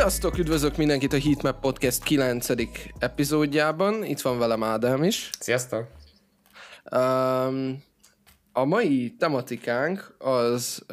Sziasztok, üdvözlök mindenkit a Heatmap Podcast 9. epizódjában. Itt van velem Ádám is. Sziasztok! A mai tematikánk az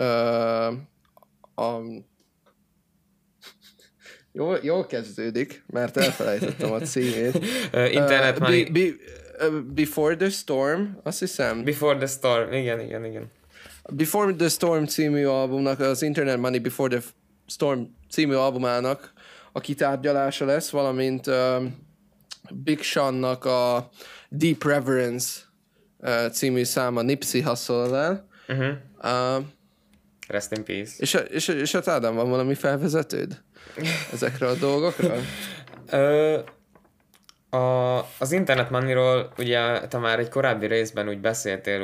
jól kezdődik, mert elfelejtettem a címét. Internet Money. Before the Storm, azt hiszem. Before the Storm, igen. Before the Storm című albumnak, az Internet Money Before the Storm című albumának a kitárgyalása lesz, valamint Big Seannak a Deep Reverence című száma Nipsey Hussle-lel. Rest in peace. És hát Ádám, van valami felvezetőd ezekre a dolgokra? Az Internet Money-ról ugye te már egy korábbi részben úgy beszéltél,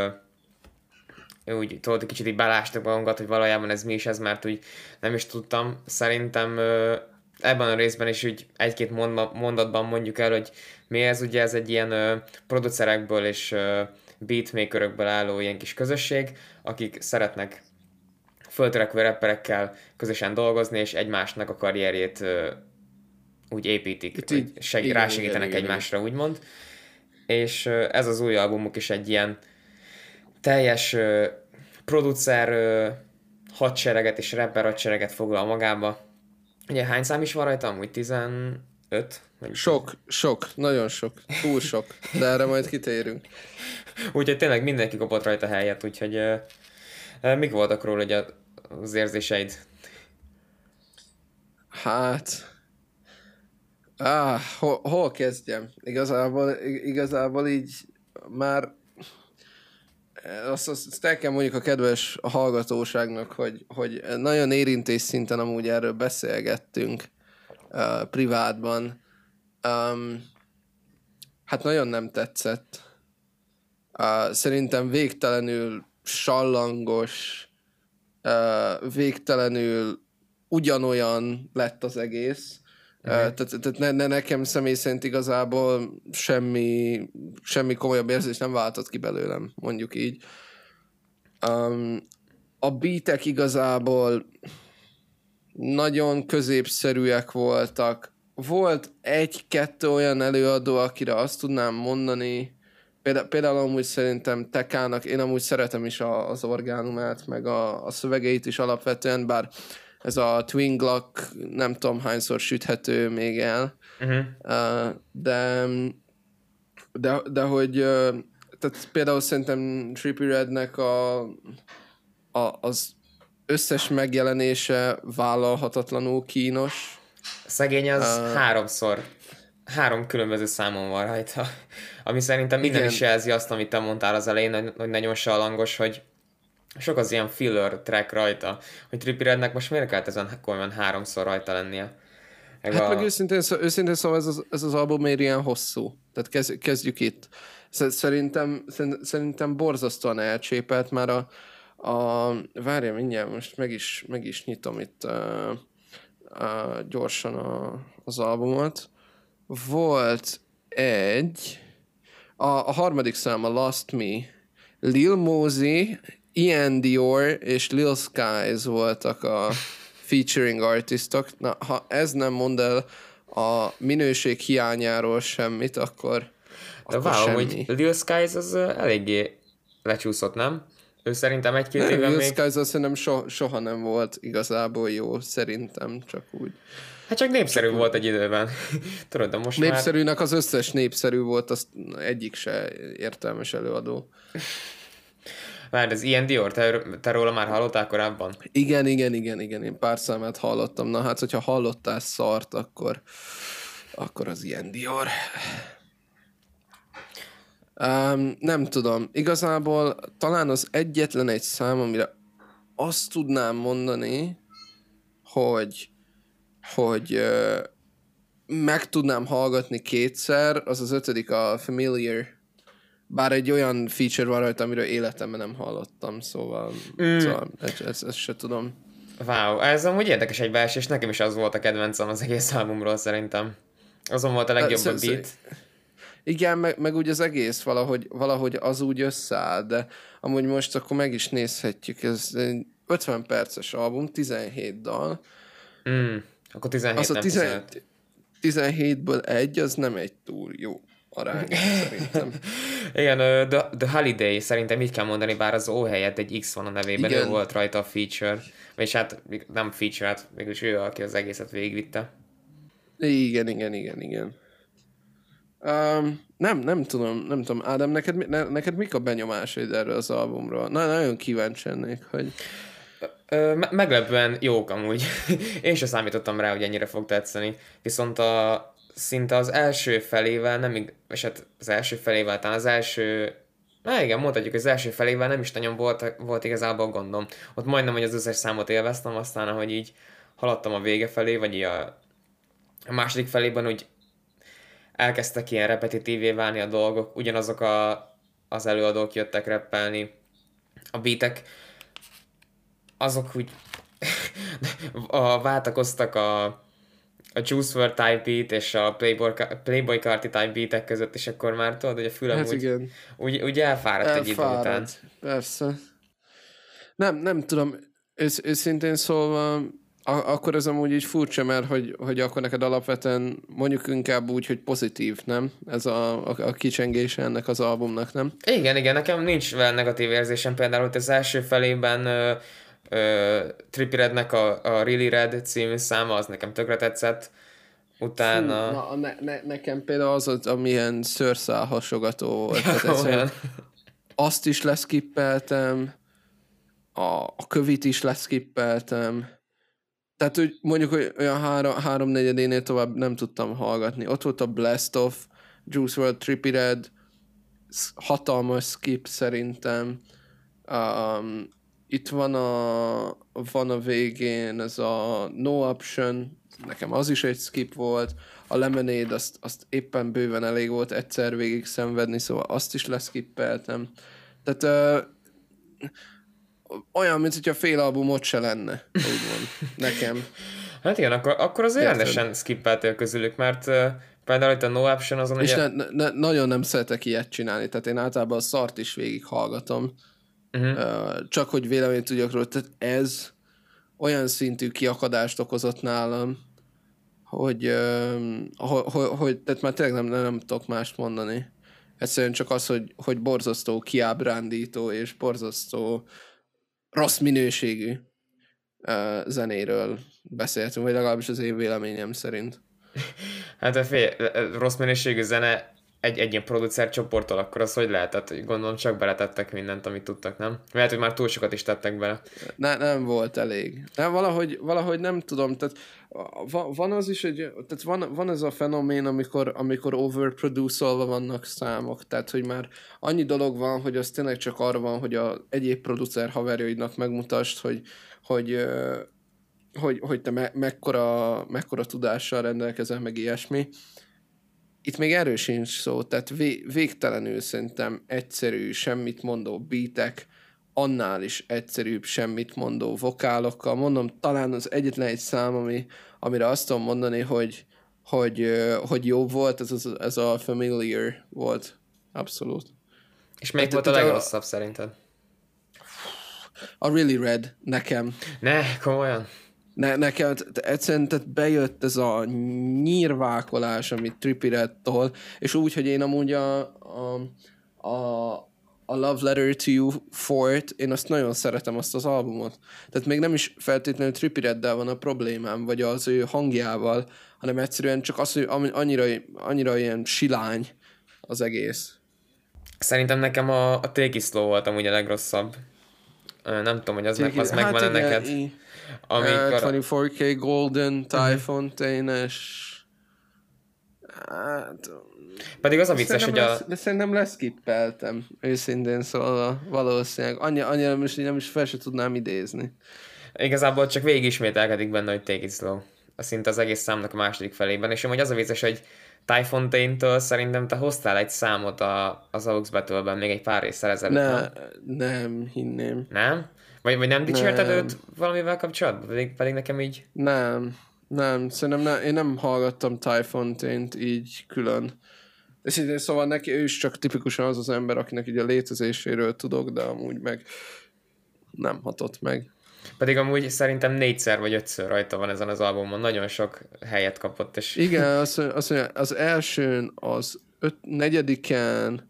úgy tudod, kicsit így belástak magunkat, hogy valójában ez mi is ez, mert úgy nem is tudtam. Szerintem ebben a részben is úgy egy-két mondatban mondjuk el, hogy mi ez, ugye ez egy ilyen producerekből és beatmakerökből álló ilyen kis közösség, akik szeretnek föltörekvő rapperekkel közösen dolgozni, és egymásnak a karrierjét úgy építik, rásegítenek egymásra, úgymond. És ez az új albumuk is egy ilyen teljes producer hadsereget és rapper hadsereget foglal magába. Ugye hány szám is van rajta? Amúgy 15? Sok, nagyon sok, túl sok, de erre majd kitérünk. Úgyhogy tényleg mindenki kapott rajta helyet, úgyhogy mik voltak róla ugye az érzéseid? Hát... hol kezdjem? Igazából így már azt el kell mondjuk a kedves hallgatóságnak, hogy nagyon érintés szinten amúgy erről beszélgettünk privátban. Hát nagyon nem tetszett. Szerintem végtelenül sallangos, végtelenül ugyanolyan lett az egész. Tehát nekem személy szerint igazából semmi komolyabb érzés nem váltott ki belőlem, mondjuk így. A beatek igazából nagyon középszerűek voltak. Volt egy-kettő olyan előadó, akire azt tudnám mondani, például amúgy szerintem Tekának, én amúgy szeretem is az orgánumát, meg a szövegeit is alapvetően, bár ez a Twin Glock nem tudom hányszor süthető még el. De hogy tehát például szerintem Trippie Rednek az összes megjelenése vállalhatatlanul kínos. Szegény az három különböző számon van rajta, ami szerintem minden is jelzi azt, amit te mondtál az elején, hogy nagyon sallangos, hogy sok az ilyen filler track rajta, hogy Trippie Rednek most miért kellett ezen komolyan 3-szor rajta lennie? Meg őszintén szóval ez az album miért ilyen hosszú? Tehát kezdjük itt. Szerintem borzasztóan elcsépelt már várjál, mindjárt most meg is nyitom itt gyorsan az albumot. Volt a harmadik szám, a Lost Me, Lil Mosey, Ian Dior és Lil Skies voltak a featuring artistok. Na, ha ez nem mond el a minőség hiányáról semmit, akkor semmi. Hogy Lil Skies az eléggé lecsúszott, nem? Ő szerintem egy-két éven Lil Skies azt szerintem soha nem volt igazából jó, szerintem csak úgy. Hát csak népszerű volt egy időben. Tudod, de most népszerűnek az összes népszerű volt, az egyik se értelmes előadó. Várj, ez Ian Dior, te róla már hallottál korábban? Igen, én pár számát hallottam. Na hát, hogyha hallottál szart, akkor az Ian Dior. Nem tudom. Igazából talán az egyetlen egy szám, amire azt tudnám mondani, hogy meg tudnám hallgatni kétszer, az 5. a Familiar. Bár egy olyan feature van rajta, amiről életemben nem hallottam, szóval ezt se tudom. Wow, ez amúgy érdekes egybeesés, nekem is az volt a kedvencem az egész albumról szerintem. Azon volt a legjobb a beat. Igen, meg úgy az egész valahogy az úgy összeáll, de amúgy most akkor meg is nézhetjük, ez egy 50 perces album, 17 dal. Akkor 17, Az a nem 15. 17-ből egy, az nem egy túl jó arány, szerintem. Igen, The Holiday szerintem így kell mondani, bár az O helyett egy X van a nevében, ő Igen, volt rajta a feature. Vagyis hát nem feature, hát mégis ő, aki az egészet végigvitte. igen. Nem tudom, Ádám, neked mik a benyomásaid erről az albumról? Nagyon kíváncsi lennék, hogy... Meglepően jók amúgy. Én sem számítottam rá, hogy ennyire fog tetszeni. Viszont szinte az első felével és hát az első felével, talán az első... Na igen, mondhatjuk, az első felével nem is nagyon volt igazából gondom. Ott majdnem, hogy az összes számot élveztem, aztán ahogy így haladtam a vége felé, vagy így a második felében úgy elkezdtek ilyen repetitívé válni a dolgok, ugyanazok az előadók jöttek rappelni, a beatek, azok úgy váltakoztak a Juice WRLD type beat és a Playboy Carti type beatek között, és akkor már tudod, hogy a fülem Hát igen. úgy elfáradt egy idő után. Persze. Nem tudom, őszintén szólva, akkor ez amúgy így furcsa, mert hogy akkor neked alapvetően mondjuk inkább úgy, hogy pozitív, nem? Ez a kicsengése ennek az albumnak, nem? Igen, nekem nincs vele negatív érzésem, például hogy az első felében Trippie Rednek a Really Red című száma, az nekem tökre tetszett. Utána... Fú, nekem például az, amilyen szőrszál hasogató volt. Azt is leszkippeltem, a kövit is leszkippeltem. Tehát úgy mondjuk, hogy olyan háromnegyedénél tovább nem tudtam hallgatni. Ott volt a Blast Off, Juice WRLD, Trippie Redd, hatalmas skip szerintem. Itt van a végén ez a No Option, nekem az is egy skip volt. A Lemonade, azt éppen bőven elég volt egyszer végig szenvedni, szóval azt is leszkippeltem. Tehát olyan, mint hogyha fél albumot se lenne, úgymond, nekem. Hát igen, akkor azért rendesen skippeltél közülük, mert például itt a No Option azon és ugye... nagyon nem szeretek ilyet csinálni, tehát én általában a szart is végig hallgatom. Csak hogy véleményt tudjak róla, tehát ez olyan szintű kiakadást okozott nálam, hogy tehát már tényleg nem tudok mást mondani. Egyszerűen csak az, hogy borzasztó kiábrándító és borzasztó rossz minőségű zenéről beszéltünk, vagy legalábbis az én véleményem szerint. Hát rossz minőségű zene egy ilyen producer csoporttól, akkor az hogy lehetett? Gondolom csak beletettek mindent, amit tudtak, nem? Lehet, hogy már túl sokat is tettek bele. Nem volt elég. Nem, valahogy nem tudom, tehát van az is, tehát van ez a fenomén, amikor overproduce-olva vannak számok, tehát hogy már annyi dolog van, hogy az tényleg csak arra van, hogy a egyéb producer haverjaidnak megmutasd, hogy te mekkora tudással rendelkezel, meg ilyesmi. Itt még erről sincs szó, tehát végtelenül szerintem egyszerű, semmit mondó beatek, annál is egyszerűbb, semmit mondó vokálokkal. Mondom, talán az egyetlen egy szám, amire azt tudom mondani, hogy jobb volt, ez a Familiar volt. Abszolút. És melyik volt a legrosszabb szerinted? A Really Red, nekem. Ne, komolyan? Nekem egyszerűen bejött ez a nyírvákolás, amit Trippie Reddtól, és úgy, hogy én amúgy a Love Letter to You for-t, én azt nagyon szeretem, azt az albumot. Tehát még nem is feltétlenül Trippie Reddel van a problémám, vagy az ő hangjával, hanem egyszerűen csak az, hogy annyira ilyen silány az egész. Szerintem nekem a Take It Slow volt amúgy a legrosszabb. Nem tudom, hogy az megvan neked. Amikor... 24K Golden, Ty Fontaine-es... Hát... Pedig az a vicces, hogy De szerintem leszkippeltem, őszintén szóval valószínűleg. Annyira nem is fel se tudnám idézni. Igazából csak végig ismételkedik benne, hogy Take It Slow. Szinte az egész számnak a második felében. És amúgy az a vicces, hogy Ty Fontaine-től szerintem te hoztál egy számot az AUX Battle-ben még egy pár résszel ezelőtt, nem hinném. Nem? Vagy nem dicsérted őt valamivel kapcsolatban? Pedig nekem így... Nem, szerintem én nem hallgattam Ty Fontaine-t így külön. És szóval neki ő is csak tipikusan az ember, akinek így a létezéséről tudok, de amúgy meg nem hatott meg. Pedig amúgy szerintem 4-szer vagy 5-ször rajta van ezen az albumon, nagyon sok helyet kapott, és Igen, azt mondja, az elsőn, az negyediken,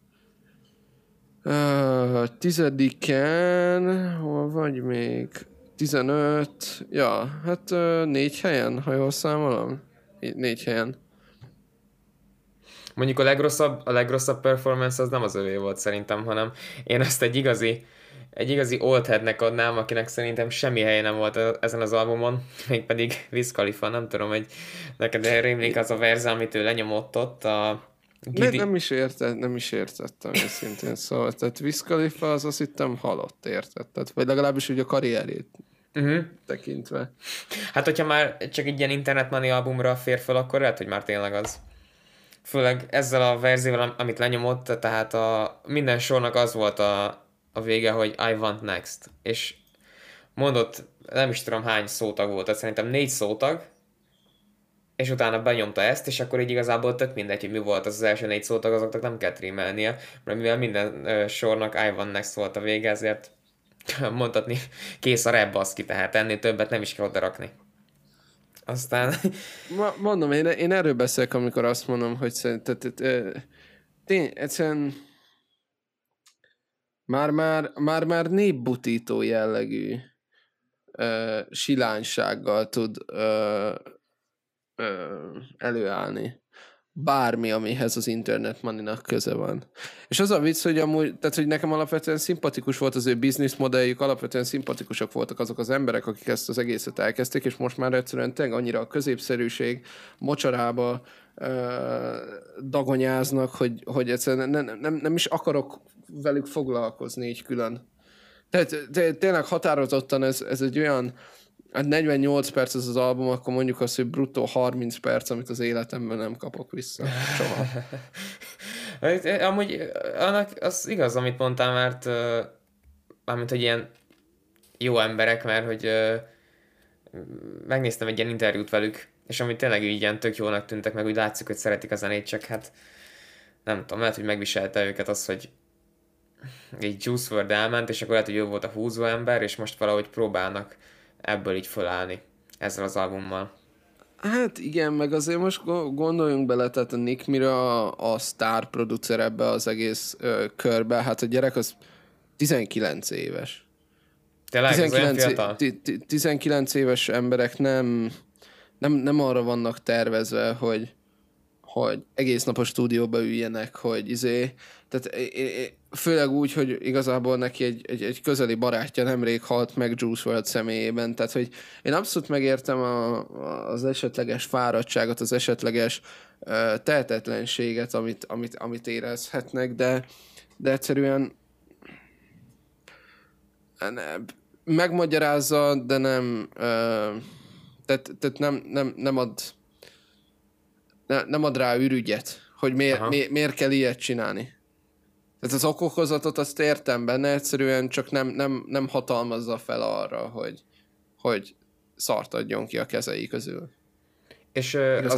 10-en, hol vagy még? 15, ja, hát 4 helyen, ha jól számolom. 4 helyen. mondjuk a legrosszabb performance az nem az övé volt szerintem, hanem én ezt egy igazi old headnek adnám, akinek szerintem semmi helye nem volt ezen az albumon, mégpedig Wiz Khalifa, nem tudom, hogy neked rémlik az a verze, amit ő lenyomott ott, a Nem is értettem őszintén, szóval, tehát Wiz Khalifa az azt hittem halott, érted? Tehát, vagy legalábbis úgy a karrierét tekintve. Hát, hogyha már csak egy ilyen Internet Money albumra fér fel, akkor lehet, hogy már tényleg az. Főleg ezzel a verzióval, amit lenyomott, tehát minden sornak az volt a vége, hogy I want next. És mondott, nem is tudom hány szótag volt, tehát szerintem 4 szótag, és utána benyomta ezt, és akkor így igazából tök mindegy, hogy mi volt az első 4 szótag, azoknak nem kell trímelnie, mert mivel minden sornak I want next volt a vége, ezért mondhatni kész a rap baszki, tehát ennél többet nem is kell odarakni. Aztán... Mondom, én erről beszélek, amikor azt mondom, hogy szerintem egyszerűen már népbutító jellegű silánysággal tud előállni. Bármi, amihez az Internet Money-nak köze van. És az a vicc, hogy amúgy, tehát hogy nekem alapvetően szimpatikus volt az ő business modelljük, alapvetően szimpatikusak voltak azok az emberek, akik ezt az egészet elkezdték, és most már egyszerűen tényleg annyira a középszerűség mocsarába dagonyáznak, hogy egyszerűen nem is akarok velük foglalkozni így külön. Tehát tényleg határozottan ez egy olyan, hát 48 perc az album, akkor mondjuk azt, hogy bruttó 30 perc, amit az életemben nem kapok vissza. Soha. Amúgy annak az igaz, amit mondtál, mert mármint, hogy ilyen jó emberek, mert hogy megnéztem egy ilyen interjút velük, és amit tényleg így ilyen tök jónak tűntek, meg úgy látszik, hogy szeretik a zenét, csak hát nem tudom, lehet, hogy megviselte őket az, hogy egy Juice WRLD elment, és akkor lehet, hogy ő volt a húzó ember, és most valahogy próbálnak ebből így fölállni ezzel az albummal. Hát igen, meg azért most gondoljunk bele, tehát a Nick Mira a sztár producer ebbe az egész körbe, hát a gyerek az 19 éves. Tényleg, 19, ez olyan fiatal? 19 éves emberek nem arra vannak tervezve, hogy egész nap a stúdióba üljenek, hogy tehát főleg úgy, hogy igazából neki egy közeli barátja nemrég halt meg Juice WRLD személyében, tehát hogy én abszolút megértem az esetleges fáradtságot, az esetleges tehetetlenséget, amit érezhetnek, de egyszerűen megmagyarázza, de nem tehát nem ad rá ürügyet, hogy miért kell ilyet csinálni. Tehát az okokozatot azt értem benne, egyszerűen csak nem hatalmazza fel arra, hogy szart adjon ki a kezei közül. És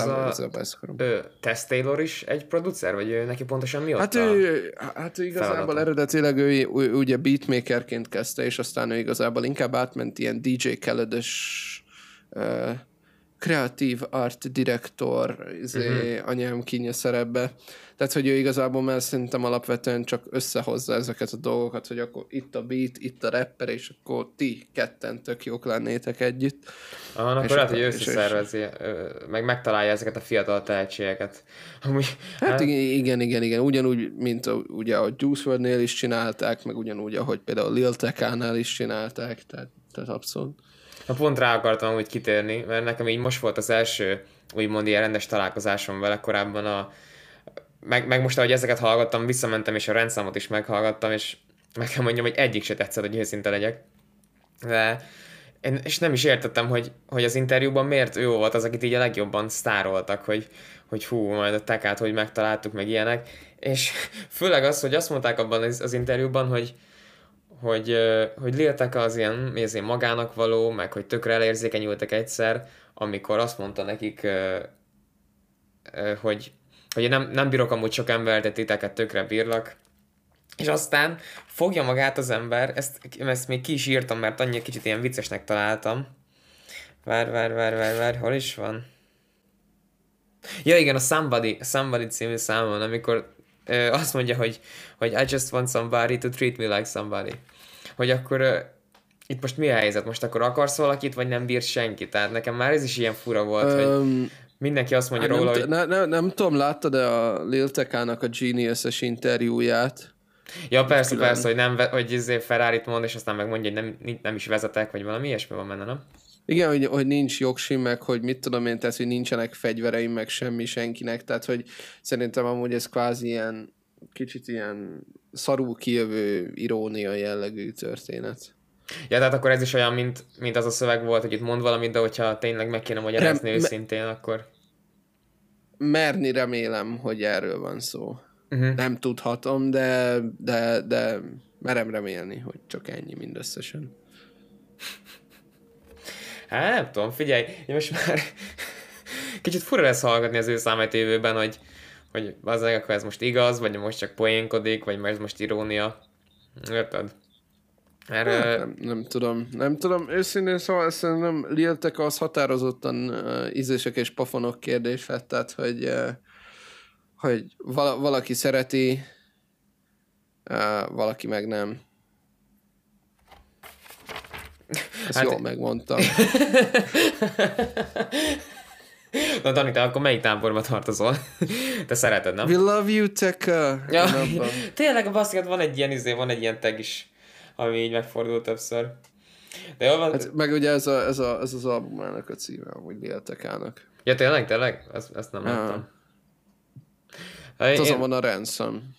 Tess Taylor is egy producer? Vagy neki pontosan mi ott hát ő igazából eredetileg ő ugye beatmakerként kezdte, és aztán ő igazából inkább átment ilyen DJ Khaled-ös kreatív art direktor anyám kínja szerepbe. Tehát, hogy ő igazából már szerintem alapvetően csak összehozza ezeket a dolgokat, hogy akkor itt a beat, itt a rapper, és akkor ti ketten tök jók lennétek együtt. Akkor lehet, hogy összeszervezi, meg megtalálja ezeket a fiatal tehetségeket. Hát igen. Ugyanúgy, mint ugye a Juice WRLD-nél is csinálták, meg ugyanúgy, ahogy például Lil Tecca-nál is csinálták, tehát abszolút. Pont rá akartam úgy kitérni, mert nekem így most volt az első úgymond ilyen rendes találkozásom vele korábban meg most, ahogy ezeket hallgattam, visszamentem, és a rendszámot is meghallgattam, és meg kell mondjam, hogy egyik se tetszett, hogy őszinte legyek. De és nem is értettem, hogy az interjúban miért ő volt az, akit így a legjobban sztároltak, hogy hú, majd a Tekát, hogy megtaláltuk, meg ilyenek. És főleg az, hogy azt mondták abban az interjúban, hogy Lil Tecca az ilyen magának való, meg hogy tökre elérzékenyültek egyszer, amikor azt mondta nekik, hogy nem bírok amúgy sok embert, de titeket tökre bírlak, És aztán fogja magát az ember, ezt még ki is írtam, mert annyira kicsit ilyen viccesnek találtam. Vár, hol is van? Ja igen, a Somebody című számon, amikor azt mondja, hogy I just want somebody to treat me like somebody. Hogy akkor itt most mi a helyzet? Most akkor akarsz valakit, vagy nem bírsz senki? Tehát nekem már ez is ilyen fura volt, hogy mindenki azt mondja róla, hogy... Nem tudom, láttad-e a Lil Tecca-nak a Genius-es interjúját? Ja, persze, hogy nem, hogy Ferrari-t mond, és aztán megmondja, hogy nem is vezetek, vagy valami ilyesmi van benne, nem? Igen, hogy nincs jogsim, meg hogy mit tudom én, tehát, hogy nincsenek fegyvereim, meg semmi senkinek, tehát, hogy szerintem amúgy ez kvázi ilyen, kicsit ilyen szarul kijövő irónia jellegű történet. Ja, tehát akkor ez is olyan, mint az a szöveg volt, hogy itt mond valamit, de hogyha tényleg meg kéne magyarázni őszintén, akkor... Merni remélem, hogy erről van szó. Nem tudhatom, de merem remélni, hogy csak ennyi mindösszesen. Hát nem tudom, figyelj, én most már kicsit fura lesz hallgatni az ő számát jövőben, hogy azért akkor ez most igaz, vagy most csak poénkodik, vagy ez most irónia. Érted? Nem tudom. Őszintén szóval szerintem Lil Tecca az határozottan ízések és pofonok kérdése, tehát hogy valaki szereti, valaki meg nem. Ezt jól megmondtam. Na Dani, te akkor melyik táborba tartozol? Te szereted, nem? We love you, Tecca! Ja, tényleg a basszikat van egy ilyen tag is, ami így megfordult többször. De jól van... Hát, meg ugye ez az albumának a címe, amúgy Lil Tecca-nak. Ja, tényleg? Ezt nem láttam. Azon van a Ransom.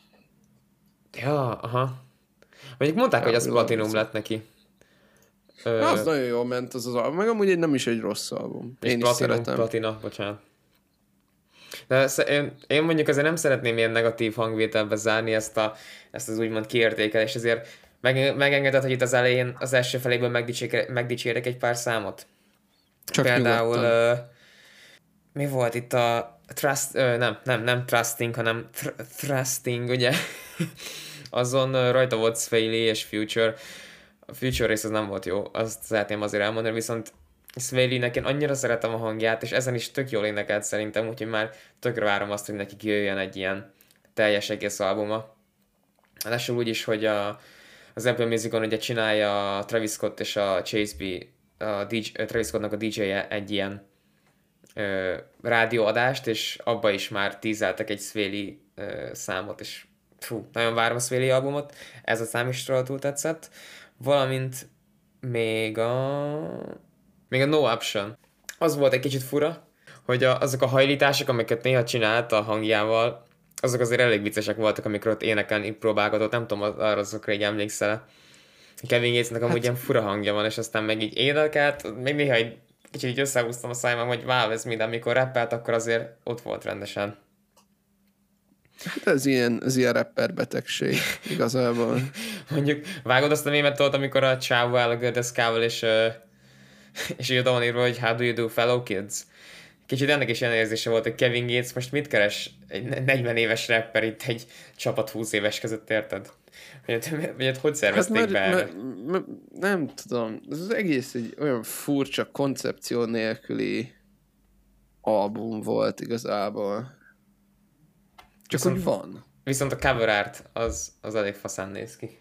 Ja, aha. Mondjuk mondták, hogy az platinum lett neki. Az nagyon jól ment az album, meg amúgy nem is egy rossz album. Én is szeretem. Platina, bocsánat. De én mondjuk azért nem szeretném ilyen negatív hangvételbe zárni ezt az úgymond kiértékelést, ezért megengedett, hogy itt az elején, az első feléből megdicsérek egy pár számot. Csak például mi volt itt a Trust, nem Trusting, hanem Trusting, ugye? Azon rajta volt Swae Lee és Future. A Future rész az nem volt jó, azt szeretném azért elmondani, viszont Swae Lee-nek én annyira szeretem a hangját, és ezen is tök jól énekelt szerintem, úgyhogy már tökre várom azt, hogy neki kijöjjön egy ilyen teljes egész albuma. Ráadásul úgy is, hogy az Apple Musicon ugye csinálja Travis Scott és a Chase B, Travis Scottnak a DJ-je egy ilyen rádióadást, és abba is már tízeltek egy Swae Lee számot, és nagyon várom a Swae Lee albumot, ez a szám is rohadtul tetszett, valamint még a No Option. Az volt egy kicsit fura, hogy azok a hajlítások, amiket néha csinált a hangjával, azok azért elég viccesek voltak, amikor ott énekelni próbálgatott, nem tudom, arra azokra így emlékszel. Kevin Gatesnek amúgy ilyen fura hangja van, és aztán meg így énekelt, még néha egy kicsit így összehúztam a szájmam, hogy wow, ez minden, amikor rappelt, akkor azért ott volt rendesen. Hát ez ilyen rapper betegség, igazából. Mondjuk, vágod azt a mémet ott, amikor a csávó áll a gördeszkával, és így oda van írva, hogy how do you do fellow kids? Kicsit ennek is ilyen érzése volt, hogy Kevin Gates most mit keres egy 40 éves rapper itt egy csapat 20 éves között, érted? Vagy hogy szervezték be erre? Nem tudom, ez az egész egy olyan furcsa koncepció nélküli album volt igazából. Csak hogy van. Viszont a cover art az elég faszán néz ki.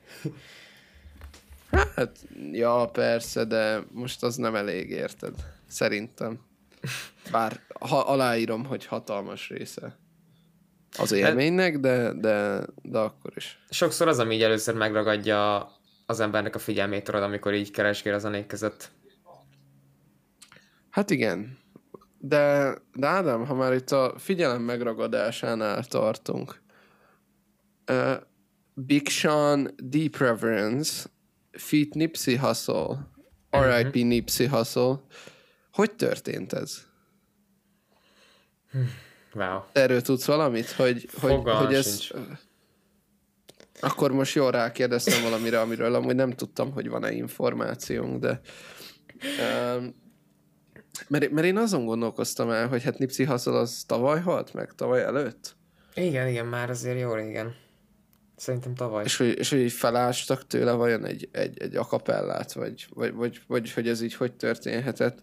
Hát, ja, persze, de most az nem elég, érted? Szerintem. Bár aláírom, hogy hatalmas része az élménynek, de akkor is. Sokszor az, ami így először megragadja az embernek a figyelmét, tudod, amikor így keresgél a zenék között. Hát igen. De Ádám, ha már itt a figyelem megragadásánál tartunk, Big Sean, Deep Reverence, feat. Nipsey Hussle, R.I.P. Nipsey Hussle. Hogy történt ez? Wow. Erről tudsz valamit? Hogy ez... Akkor most jól rákérdeztem valamire, amiről amúgy nem tudtam, hogy van-e információnk, de... Mert én azon gondolkoztam el, hogy hát Nipsey Hussle az tavaly halt meg, tavaly előtt? Igen, már azért jó régen. Szerintem tavaly. És hogy így felástak tőle vajon egy akapellát, vagy hogy ez így hogy történhetett.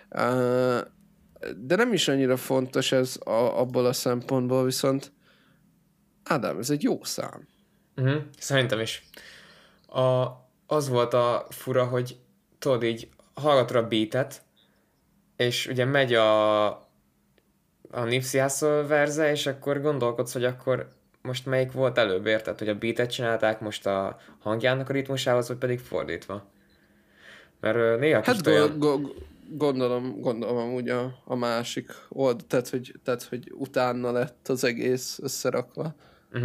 De nem is annyira fontos ez abból a szempontból, viszont Ádám, ez egy jó szám. Szerintem is. Az volt a fura, hogy tudod így hallgatod a beatet, és ugye megy a Nipsey Hussle verze, és akkor gondolkodsz, hogy akkor most melyik volt előbb, érted? Hogy a beatet csinálták most a hangjának a ritmusához, vagy pedig fordítva. Mert néha Hát kicsit olyan... gondolom amúgy a másik old, tehát, hogy utána lett az egész összerakva.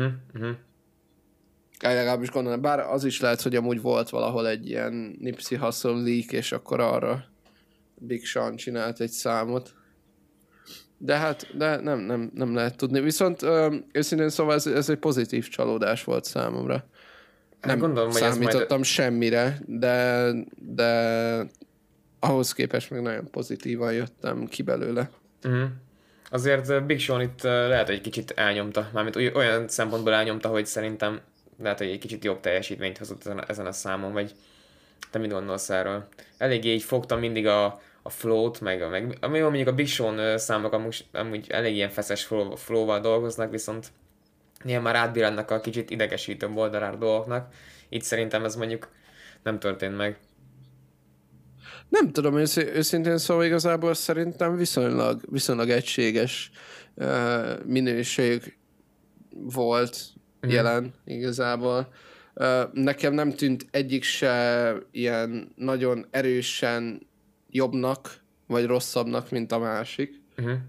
Legalábbis gondolom, bár az is lehet, hogy amúgy volt valahol egy ilyen Nipsey Hussle leak, és akkor arra Big Sean csinált egy számot. De nem lehet tudni. Viszont őszintén szóval ez egy pozitív csalódás volt számomra. Nem gondolom, számítottam semmire, de ahhoz képest meg nagyon pozitívan jöttem ki belőle. Azért Big Sean itt lehet, hogy egy kicsit elnyomta. Mármint olyan szempontból elnyomta, hogy szerintem lehet, hogy egy kicsit jobb teljesítményt hozott ezen a számon, vagy te mit gondolsz erről? Eléggé így fogtam mindig a flow-t, meg ami mondjuk a Big Sean számok amúgy elég ilyen feszes flow-val dolgoznak, viszont ilyen már átbíradnak a kicsit idegesítőbb oldalára dolgoknak. Itt szerintem ez mondjuk nem történt meg. Nem tudom, őszintén szóval igazából szerintem viszonylag egységes minőség volt jelen igazából. Nekem nem tűnt egyik se ilyen nagyon erősen jobbnak, vagy rosszabbnak, mint a másik.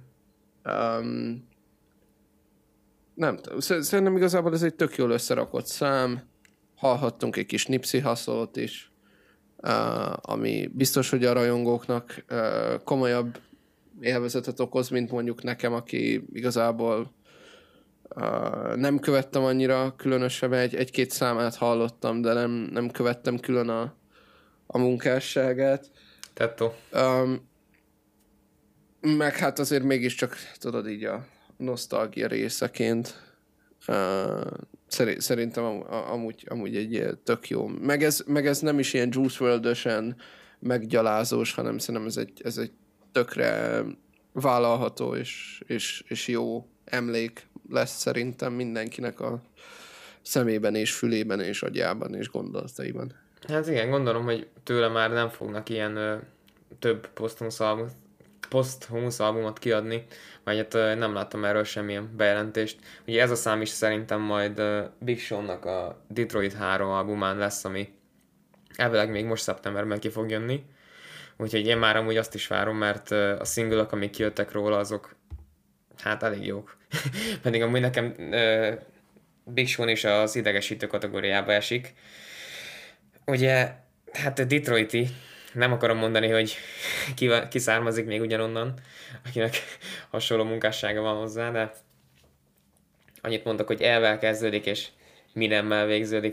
Nem tudom, szerintem igazából ez egy tök jól összerakott szám. Hallhattunk egy kis Nipsey Hussle-t is, ami biztos, hogy a rajongóknak komolyabb élvezetet okoz, mint mondjuk nekem, aki igazából nem követtem annyira különösebben, egy-két számát hallottam, de nem követtem külön a munkásságát. Tettó. Meg hát azért mégiscsak, tudod így a nosztalgia részeként szerintem amúgy egy tök jó. Meg ez nem is ilyen Juice WRLD-ösen meggyalázós, hanem szerintem ez egy tökre vállalható és jó emlék lesz szerintem mindenkinek a szemében és fülében és agyában és gondolataiban. Hát igen, gondolom, hogy tőle már nem fognak ilyen több poszthumusz albumot kiadni, vagy hát nem láttam erről semmilyen bejelentést. Ugye ez a szám is szerintem majd Big Sean-nak a Detroit 3 albumán lesz, ami elvileg még most szeptemberben ki fog jönni. Úgyhogy én már amúgy azt is várom, mert a single-ok, amik kijöttek róla, azok hát elég jók. Pedig amúgy nekem Big Sean is az idegesítő kategóriába esik. Ugye, hát a Detroiti, nem akarom mondani, hogy ki származik még ugyanonnan, akinek hasonló munkássága van hozzá, de annyit mondok, hogy elvel kezdődik, és minemmel végződik.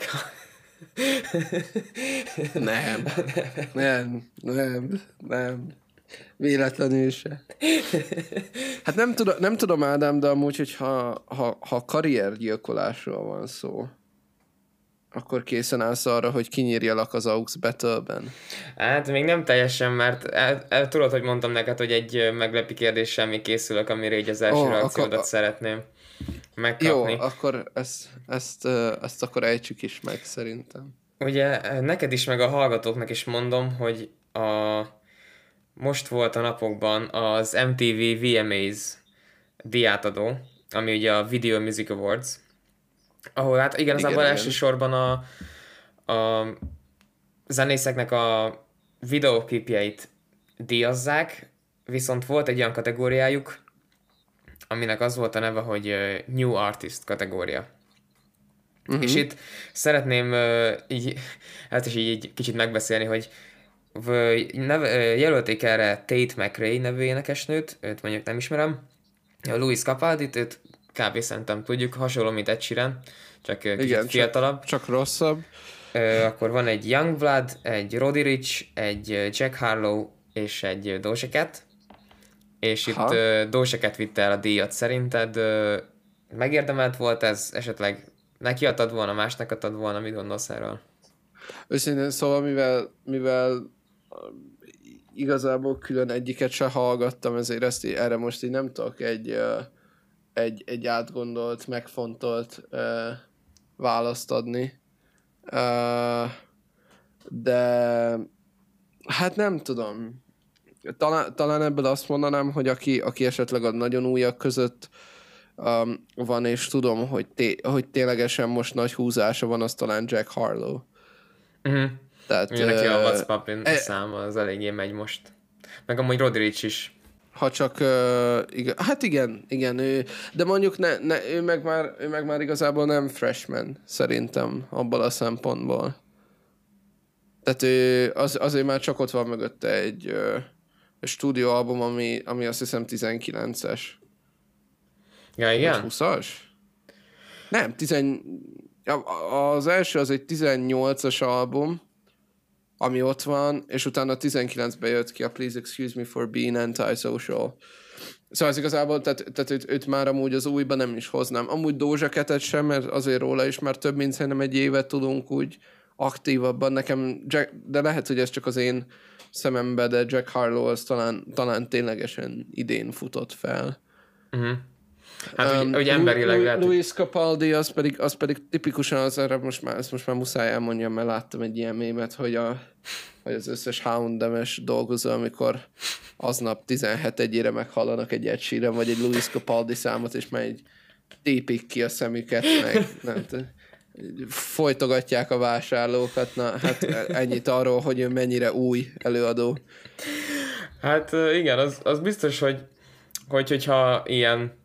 Nem. Véletlenül se. Hát nem tudom, Ádám, de amúgy, hogy ha karriergyilkolásról van szó, akkor készen állsz arra, hogy kinyírjalak az AUX Battle-ben? Hát még nem teljesen, mert tudod, hogy mondtam neked, hogy egy meglepi kérdéssel még készülök, amire így az első reakciódat szeretném megkapni. Jó, akkor ezt akkor ejtsük is meg szerintem. Ugye neked is, meg a hallgatóknak is mondom, hogy most volt a napokban az MTV VMAs díjátadó, ami ugye a Video Music Awards, ahol hát igazából elsősorban a zenészeknek a videóklipjeit díjazzák, viszont volt egy olyan kategóriájuk, aminek az volt a neve, hogy New Artist kategória. És itt szeretném így egy kicsit megbeszélni, hogy jelölték erre Tate McRae nevű énekesnőt, őt mondjuk nem ismerem, a Louis Capaldit, őt kb. Szerintem tudjuk, hasonló, mint Ed Sheeran, csak kicsit fiatalabb. Csak rosszabb. Akkor van egy Youngblood, egy Roddy Ricch, egy Jack Harlow és egy Doja Cat. És itt Doja Cat vitte el a díjat. Szerinted megérdemelt volt ez? Esetleg neki adtad volna, másnak adtad volna, mit gondolsz erről? Őszintén szóval, mivel igazából külön egyiket se hallgattam, ezért erre most így nem tudok egy átgondolt, megfontolt választ adni. De hát nem tudom. Talán ebből azt mondanám, hogy aki esetleg a nagyon újak között van, és tudom, hogy ténylegesen most nagy húzása van, az talán Jack Harlow. Tehát, ugye neki a What's Poppin' száma az eléggé megy most. Meg amúgy Rodriguez is. Ha csak, hát igen, de mondjuk ő meg már igazából nem freshman, szerintem, abból a szempontból. Tehát ő azért már csak ott van mögötte egy stúdióalbum, ami azt hiszem 19-es. Ja, igen? 20-as? Nem, az első az egy 18-as album, ami ott van, és utána 19-ben jött ki a Please Excuse Me for Being Antisocial. Szóval ez igazából, tehát őt már amúgy az újban nem is hoznám. Amúgy Doja Catet sem, mert azért róla is már több mint szerintem egy évet tudunk úgy aktívabban. Nekem, de lehet, hogy ez csak az én szemembe, de Jack Harlow az talán ténylegesen idén futott fel. Hát úgy emberileg lehet. Luis Capaldi az pedig tipikusan erre most már muszáj elmondjam, mert láttam egy ilyen mémet, hogy az összes Houndemes dolgozó, amikor aznap 17-ére meghallanak egy Ed Sheeran vagy egy Luis Capaldi számot, és már így tépik ki a szemüket, meg nem, folytogatják a vásárlókat. Na, hát ennyit arról, hogy ő mennyire új előadó. Hát igen, az biztos, hogyha ilyen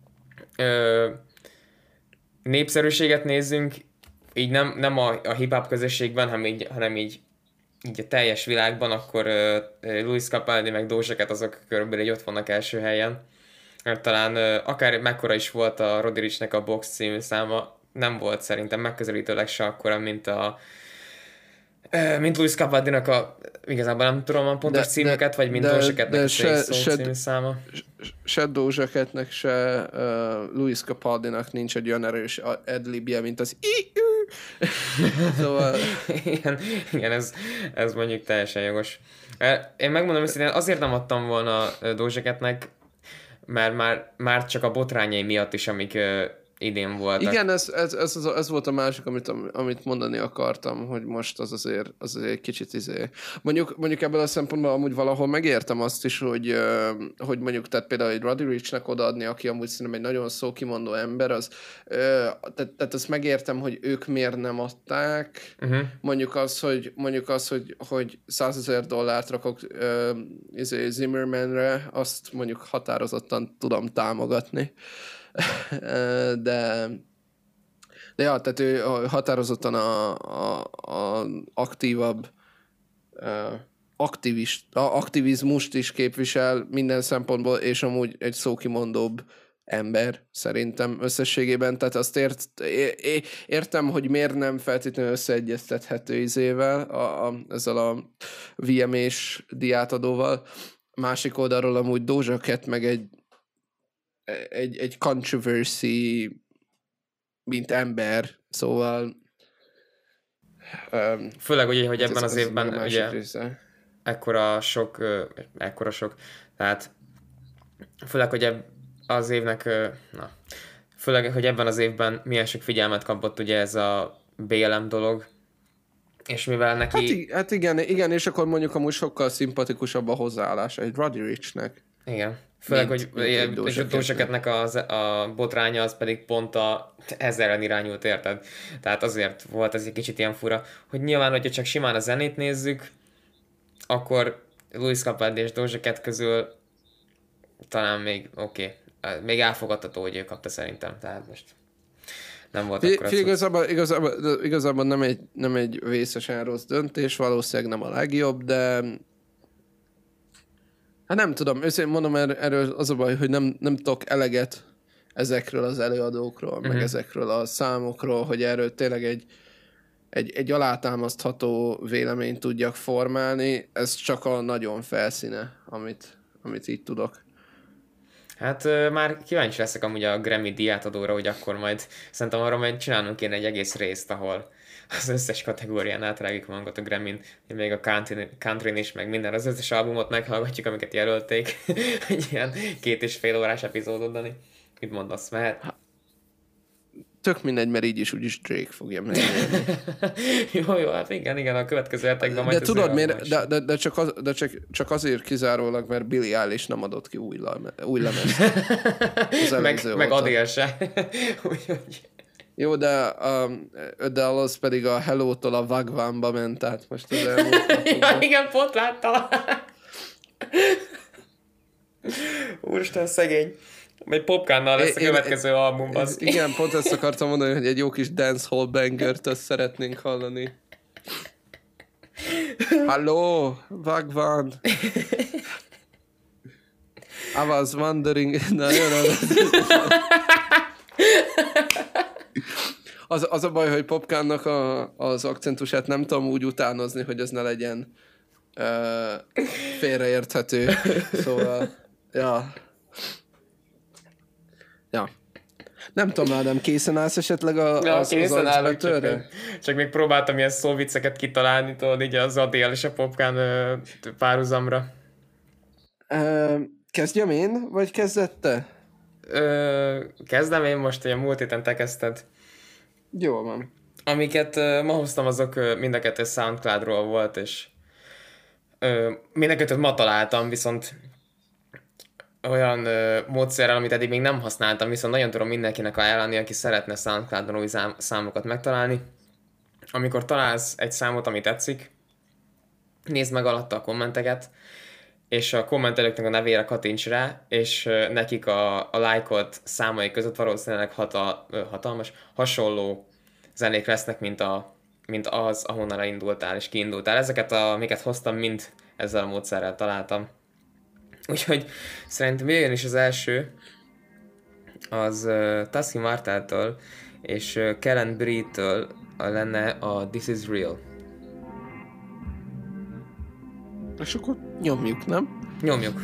népszerűséget nézzünk, így nem a hip-hop közösségben, hanem így a teljes világban, akkor Luis Capaldi meg Doja Cat azok körülbelül ott vannak első helyen. Mert talán akár mekkora is volt a Rodrigueznek a Box című száma, nem volt szerintem megközelítőleg se akkora, mint Luis Capaldinak igazából nem tudom a pontos címüket, vagy mint Doja Catnek a Say So című száma. Se Doja Catnek, se Luis Capaldinak nincs egy olyan erős adlibje, mint az Szóval... igen, ez mondjuk teljesen jogos. Én megmondom őszintén, azért nem adtam volna Doja Catnek, mert már csak a botrányai miatt is, amik idén voltak. Igen, ez volt a másik, amit mondani akartam, hogy most az azért kicsit Mondjuk ebből a szempontból amúgy valahol megértem azt is, hogy mondjuk tehát például egy Roddy Ricchnek odaadni, aki amúgy szerintem egy nagyon szókimondó ember, tehát azt megértem, hogy ők miért nem adták. Mondjuk az, hogy $100,000 rakok Zimmermanre, azt mondjuk határozottan tudom támogatni. De ja, tehát ő határozottan a aktívabb aktivizmust is képvisel minden szempontból, és amúgy egy szókimondóbb ember szerintem összességében, tehát azt értem, hogy miért nem feltétlenül összeegyeztethető ezzel a VMA-s diátadóval. Másik oldalról amúgy Doja Cat meg egy controversy, mint ember, szóval főleg ugye, hogy ebben az évben ugye ekkora sok, tehát főleg, hogy az évnek, főleg, hogy ebben az évben milyen sok figyelmet kapott ugye ez a BLM dolog, és mivel neki... Hát igen, és akkor mondjuk amúgy sokkal szimpatikusabb a hozzáállása egy Roddy Ricchnek. Igen. Főleg, hogy Doja Catnek a botránya az pedig pont ezzel irányult, érted? Tehát azért volt ez egy kicsit ilyen fura, hogy nyilván, hogyha csak simán a zenét nézzük, akkor Luis Capaldi és Doja Cat közül talán még még elfogadható, hogy ő kapta szerintem, tehát most nem volt akkor igazából nem egy vészesen rossz döntés, valószínűleg nem a legjobb, de hát nem tudom, őszintén mondom, erről az a baj, hogy nem tudok eleget ezekről az előadókról, meg ezekről a számokról, hogy erről tényleg egy alátámasztható véleményt tudjak formálni, ez csak a nagyon felszíne, amit így tudok. Hát már kíváncsi leszek amúgy a Grammy díjátadóra, hogy akkor majd szerintem arra majd csinálnunk kéne egy egész részt, ahol az összes kategórián átrágjuk magunkat a Grammy-n, még a country-n is, meg minden, az összes albumot meghallgatjuk, amiket jelölték. Egy ilyen 2,5 órás epizódot, Dani. Mit mondasz, mehet? Tök mindegy, mert így is úgyis Drake fogja megnyerni. jó, hát igen, a következő hetekben majd... De tudod miért? De csak azért kizárólag, mert Billie Eilish nem adott ki új lemezt. meg Adele se. Úgyhogy... Jó, de az pedig a Hello-tól a Wagwanba ment, tehát most az elmúlt ja, igen, pont láttam. Úristen, szegény. Egy Popkánnal lesz a következő album, az. Igen, pont ezt akartam mondani, hogy egy jó kis dancehall bangert azt szeretnénk hallani. Hello, Wagwan. I was wondering... Na, jó, az a baj, hogy Popkánnak az akcentusát nem tudom úgy utánozni, hogy ez ne legyen félreérthető. Szóval, ja. Nem tudom, Ádám, készen állsz esetleg az arcbetörre? Csak még próbáltam ilyen szóvicceket kitalálni, tudod, így az Adél és a Popkán párhuzamra. Kezdjem én, vagy kezded te? Kezdem én most, hogy a múlt héten te kezdted. Jó van. Amiket ma hoztam, azok mind a kettő SoundCloud-ról volt, és mind a kettőt ma találtam, viszont olyan módszerrel, amit eddig még nem használtam, viszont nagyon tudom mindenkinek ajánlani, aki szeretne SoundCloud-on új számokat megtalálni. Amikor találsz egy számot, ami tetszik, nézd meg alatta a kommenteket, és a kommentelőknek a nevére kattints rá, és nekik a lájkolt számai között valószínűleg hatalmas, hasonló zenék lesznek, mint az, ahonnan indultál és kiindultál. Ezeket, amiket hoztam, mind ezzel a módszerrel találtam. Úgyhogy szerintem jöjjön is az első, az Tusky Martától és Kellen Bree-től lenne a This Is Real. És akkor nyomjuk, nem? Nyomjuk.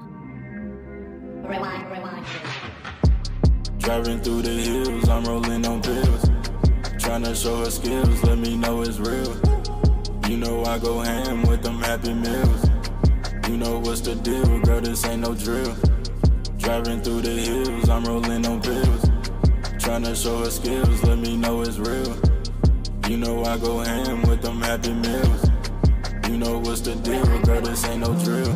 Driving through the hills, I'm rolling on pills. Tryna show her skills, let me know it's real. You know I go ham with them Happy Meals. You know what's the deal, girl, this ain't no drill. Driving through the hills, I'm rolling on pills. Tryna show her skills, let me know it's real. You know I go ham with them Happy Meals. You know what's the deal, girl, this ain't no drill.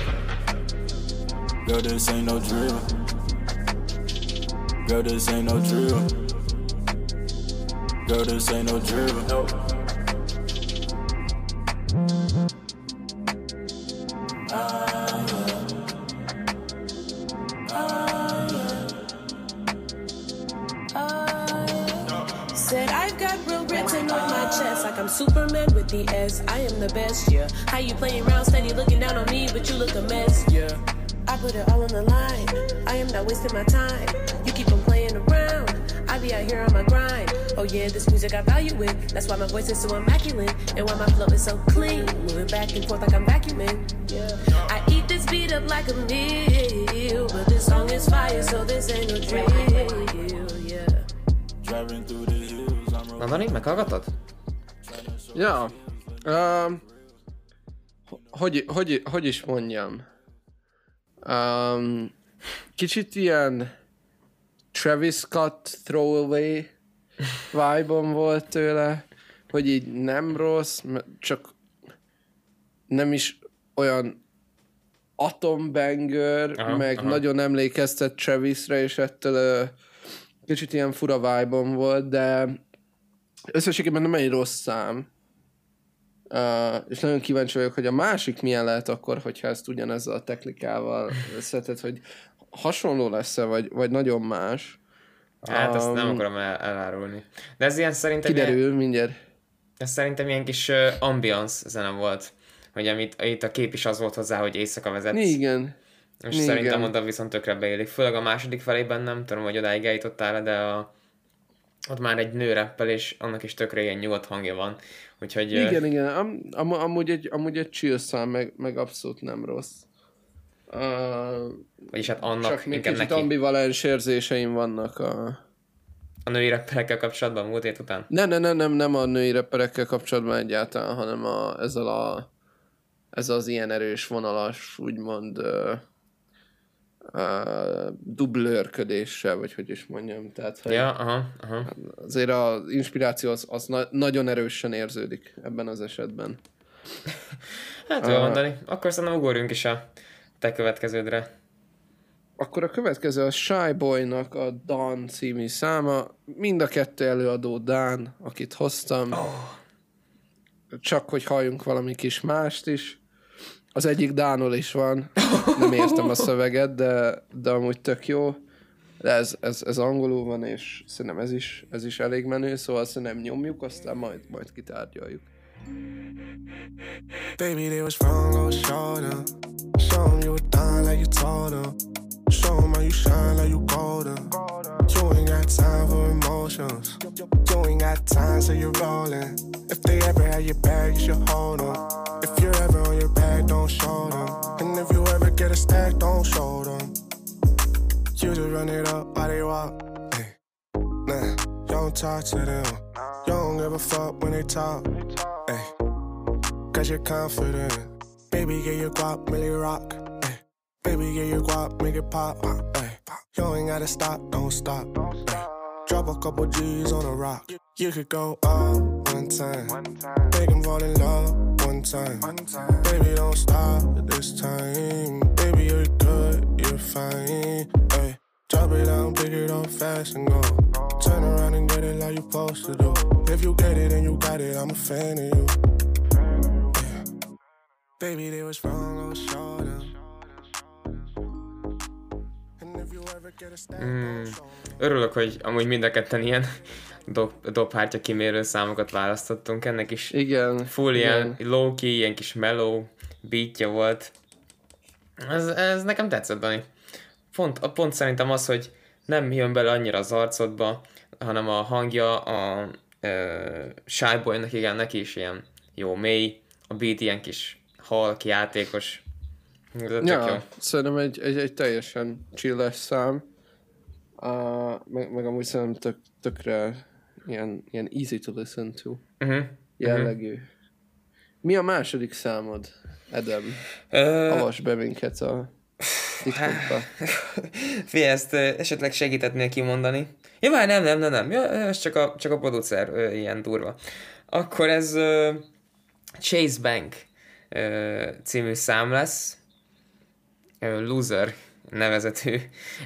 Girl, this ain't no drill. Girl, this ain't no drill. Girl, this ain't no drill. Said I've got real written on my chest, like I'm Superman with the S. I am the best, yeah. How you playing around, steady looking down on me, but you look a mess, yeah. I put it all on the line. I am not wasting my time. You keep on playing around. I be out here on my grind. Oh yeah, this music I value it. That's why my voice is so immaculate, and why my flow is so clean. Moving back and forth like I'm vacuuming. Yeah. I eat this beat up like a meal, but this song is fire, so this ain't no drill. Yeah. Driving through the hills, I'm Na, Dani, meghallgatod? Ja. Hogy is mondjam? Kicsit ilyen Travis Scott throwaway vibe-on volt tőle, hogy így nem rossz, csak nem is olyan atombanger, meg nagyon emlékeztet Travisre, és ettől kicsit ilyen fura vibe-on volt, de összességében nem egy rossz szám. És nagyon kíváncsi vagyok, hogy a másik milyen lehet akkor, hogyha ezt ugyanezzel a technikával összetett, hogy hasonló lesz-e, vagy nagyon más. Hát ezt nem akarom elárulni. De ez ilyen szerintem... Kiderül mindjárt. Ez szerintem ilyen kis ambience zene volt. Hogy itt a kép is az volt hozzá, hogy éjszaka vezetsz. Igen. És szerintem oda viszont tökre beélik. Főleg a második felében nem tudom, hogy odáig eljutottál, de ott már egy nő rappel, és annak is tökre ilyen nyugodt hangja van. Úgyhogy... Igen. Amúgy egy chill szám, meg abszolút nem rossz. Vagyis hát annak, Csak még inkább kicsit neki. ambivalens érzéseim vannak A női rapperekkel kapcsolatban múlt hét után? Nem a női rapperekkel kapcsolatban egyáltalán, hanem ez az ilyen erős vonalas, úgymond dublőrködéssel, vagy hogy is mondjam. Tehát, hogy Ja, aha. azért az inspiráció az nagyon erősen érződik ebben az esetben. Hát jól mondani. Akkor szerintem ugorjunk is a te következődre. Akkor a következő a Shy Boy-nak a Dan című száma. Mind a kettő előadó Dan, akit hoztam. Csak hogy halljunk valami kis mást is. Az egyik Dánul is van. Nem értem a szöveget, de amúgy tök jó. De ez angolul van, és szerintem ez is elég menő, szóval szerintem nyomjuk, aztán majd kitárgyaljuk. Baby, they was wrong, I was short them. Show them you were done like you told them. Show them how you shine like you golden. You ain't got time for emotions. You ain't got time, so you're rolling. If they ever had your bag, you should hold them. If you're ever on your back, don't show them. And if you ever get a stack, don't show them. You just run it up while they walk. Hey. Nah, don't talk to them. You don't give a fuck when they talk. Hey. Cause you're confident. Baby, get your guap, really rock. Ay. Baby, get your guap, make it pop. Ay. You ain't gotta stop, don't stop. Ay. Drop a couple G's on a rock. You could go up one time. Make 'em fall in love one time. Baby, don't stop this time. Baby, you're good, you're fine. Ay. Drop it down, pick it up fast and go. Turn around and get it like you supposed to do. If you get it and you got it, I'm a fan of you. Baby, they was wrong, I was short them. And if you ever get a stack, don't show them. Örülök, hogy amúgy mind a ketten ilyen dobhártya kimérő számokat választottunk. Ennek is Igen. full igen. ilyen low-key, ilyen kis mellow beatja volt. Ez nekem tetszett, Dani. Pont szerintem az, hogy nem jön bele annyira az arcodba, hanem a hangja a Shy Boy-nak, igen, neki is ilyen jó mély, a beat ilyen kis halk, játékos. Ja, szerintem egy teljesen chilles szám. Meg amúgy szerintem tökre ilyen easy to listen to jellegű. Mi a második számod, Edem? Avasd be minket a TikTokba. Figyelj, ezt esetleg segítetnél kimondani. Ja, már nem. Ja, ez csak a producer ilyen durva. Akkor ez Chase Bank című szám lesz. Loser nevezetű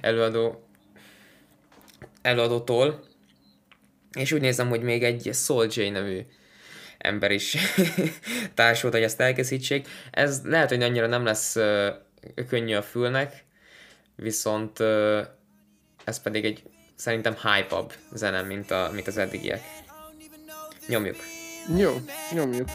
előadótól. És úgy nézem, hogy még egy Soul J nevű ember is társult, hogy ezt elkészítsék. Ez lehet, hogy annyira nem lesz könnyű a fülnek, viszont ez pedig egy szerintem hype-abb zene, mint az eddigiek. Nyomjuk. Jó, nyomjuk.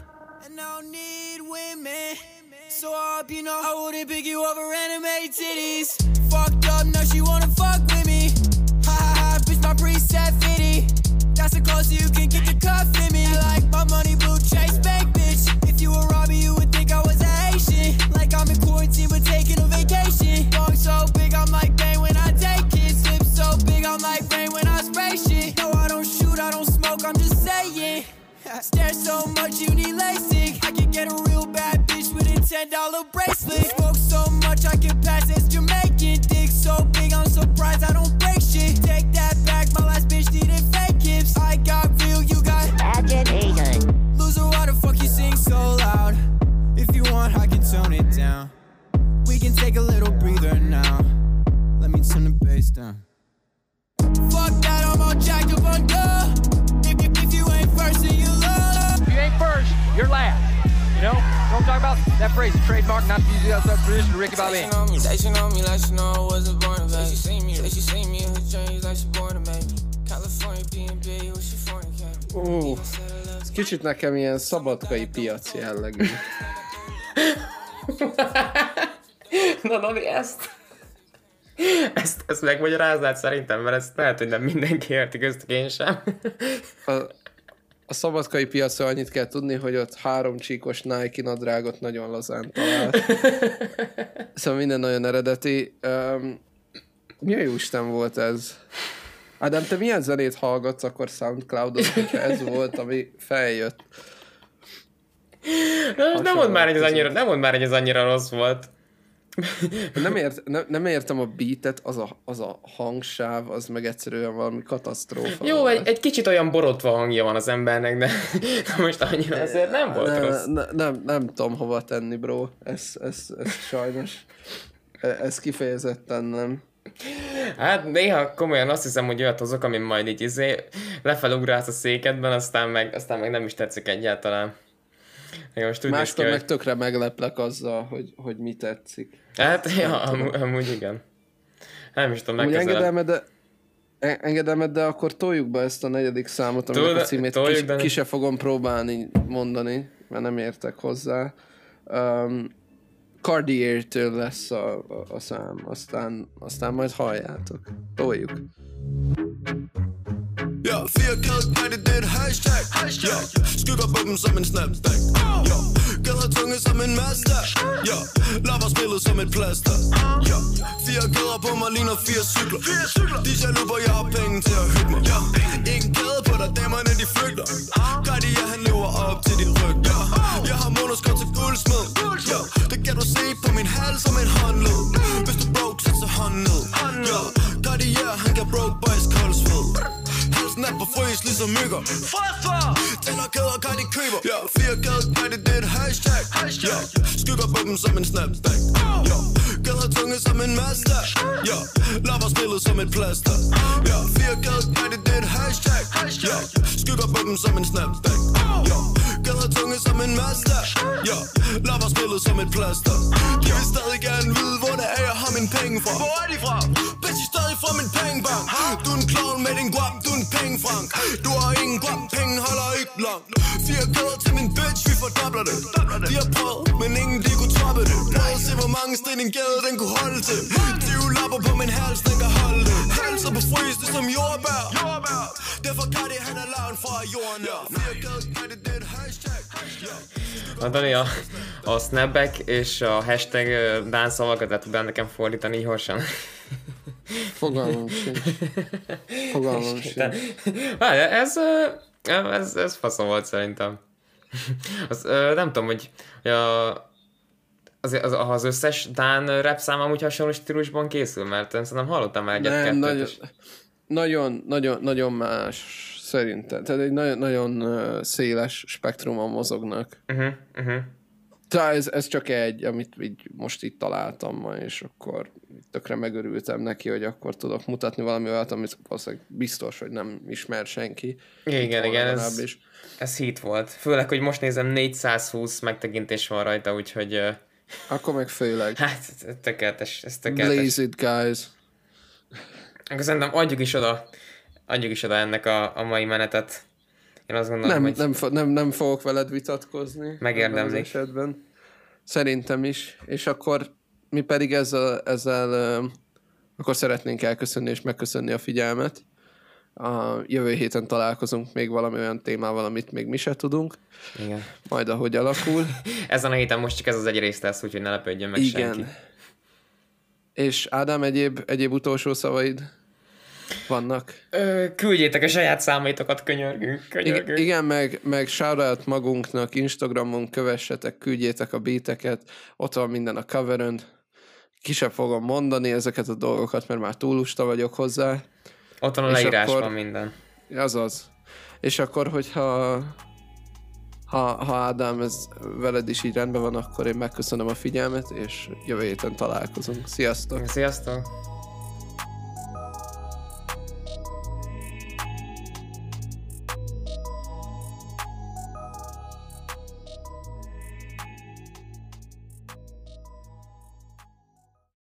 So up, you know I wouldn't pick you over anime titties. Fucked up, now she wanna fuck with me. Ha ha ha, bitch, my preset fitty. That's the closest you can get the cuff in me. I like my money blue Chase Bank, bitch. If you were Robbie, you would think I was a Haitian. Like I'm in quarantine, but taking a vacation. Bong so big, I'm like bang when I take it. Slip so big, I'm like rain when I spray shit. No, I don't shoot, I don't smoke, I'm just saying. Stare so much, you need LASIK. I could get a real bad bitch with a $10 bracelet. Smoke so much, I can pass as Jamaican. Dick so big, I'm surprised I don't break shit. Take that back, my last bitch needed fake hips. I got real, you got agitated. Loser, why the fuck you sing so loud? If you want, I can tone it down. We can take a little breather now. Let me turn the bass down. Fuck that, I'm all jacked up on duh. If you ain't first, then you love. If you ain't first, you're last. You know? Don't talk about that phrase, trademark, not to use it outside tradition of Ricky Bobby. Say she know me like she know I wasn't born to baby. Say she see me in her dreams like she born to baby. California B&B, what she fornicating. Ez kicsit nekem ilyen szabadkai piac jellegű. Na, Dani, ezt megmagyaráznád szerintem, mert ezt lehet, hogy nem mindenki érti, köztük én sem. A szabadkai piacra annyit kell tudni, hogy ott 3 csíkos Nike nadrágot nagyon lazán talált. Szóval minden nagyon eredeti. Mi a jóisten volt ez? Ádám, te milyen zenét hallgatsz akkor SoundCloudon, hogyha ez volt, ami feljött? Nem mondd már, hogy ez annyira rossz volt. Nem értem a beatet, az a hangsáv, az meg egyszerűen valami katasztrófa. Jó, egy kicsit olyan borotva hangja van az embernek, de most annyira azért nem volt rossz. Nem tudom hova tenni, bro. Ez sajnos. Ez kifejezetten nem. Hát néha komolyan azt hiszem, hogy olyat hozok, amin majd így lefelugrálsz a székedben, aztán meg nem is tetszik egyáltalán. Máskor meg tökre megleplek azzal, hogy mi tetszik. Hát, ja, amúgy igen. Nem is tudom legközelebb. Engedelmed, de akkor toljuk be ezt a 4. számot, aminek a címét ki se fogom próbálni mondani, mert nem értek hozzá. Cartier-től lesz a szám, aztán majd halljátok. Toljuk. Ja, 4 det er et hashtag. Ja, skygger på dem som en snapback. Ja, gader tunge som en Mazda. Ja, lapper spillet som et plaster. Ja, 4 gader på mig ligner 4 cykler. De jaloux, jeg har penge til at hygge mig. Ja, ingen gade på dig, damerne de flygter. Cartier, han lever op til de rygter. Jeg har monoskot til guldsmed. Ja, det kan du se på min hals som en håndled. Hvis du broke, sæt så hånden ned. Ja, Cartier, han kan broke boys koldsved. Halsen er på frys, ligesom mygger. Tænder kæder, kan de køber. Ja, 4 gader, det er et hashtag. Ja, skygger på dem som en snapback. Ja, gader tunge som en Mazda. Ja, lapper spillet som et plaster. Ja, 4 gader, det er et hashtag. Ja, skygger på dem som en snapback. Ja, gader tunge som en Mazda. Ja, lapper spillet som et plaster. De vil stadig gerne vide, hvor det er, jeg har min penge fra. Hvor er de fra? Bitch, jeg stadig fra min pengebank. Du er en clown med din guap, du er en pengefrank. Du har ingen guap, penge holder ikke langt. 4 gader til min bitch, vi fordobler det. De har prøvet, men ingen de kunne toppe det. Prøv at se, hvor mange sten en gade den kunne holde til. 20 lapper på min hals, den kan holde det. Halser på frys, det som jordbær. Derfor kan det, han er laven fra jorden. 4 gader, det er et hashtag. Dani, a snapback és a hashtag dán szavakat le tudnál nekem fordítani gyorsan? Fogalmam sincs. Ez faszom volt szerintem. Nem tudom, hogy az összes dán rap szám amúgy hasonló stílusban készül, mert szerintem hallottam már egyet-kettőt. Nagyon más szerintem. Tehát egy nagyon széles spektrumon mozognak. Tehát ez csak egy, amit így most itt találtam ma, és akkor tökre megörültem neki, hogy akkor tudok mutatni valami olyat, amit valószínűleg biztos, hogy nem ismer senki. Igen, ez hit volt. Főleg, hogy most nézem 420 megtekintés van rajta, úgyhogy... Akkor meg főleg. Hát, tökéletes, ez tökéletes. Blaze it, guys. Akkor szerintem adjuk is oda ennek a mai menetet. Én azt gondolom, nem fogok veled vitatkozni. Megérdemlik. Esetben. Szerintem is. És akkor mi pedig ezzel akkor szeretnénk elköszönni és megköszönni a figyelmet. A jövő héten találkozunk még valami olyan témával, amit még mi se tudunk. Igen. Majd ahogy alakul. Ezen a héten most csak ez az egy rész lesz, úgyhogy ne lepődjön meg senki. És Ádám, egyéb utolsó szavaid vannak? Küldjétek a saját számaitokat, könyörgünk. Igen, meg shoutout magunknak, Instagramon kövessetek, küldjétek a beateket, ott van minden a coverön. Ki sem fogom mondani ezeket a dolgokat, mert már túl lusta vagyok hozzá. Ott van a leírásban minden. Azaz. És akkor, hogyha Ádám, ez veled is így rendben van, akkor én megköszönöm a figyelmet, és jövő héten találkozunk. Sziasztok! Sziasztok!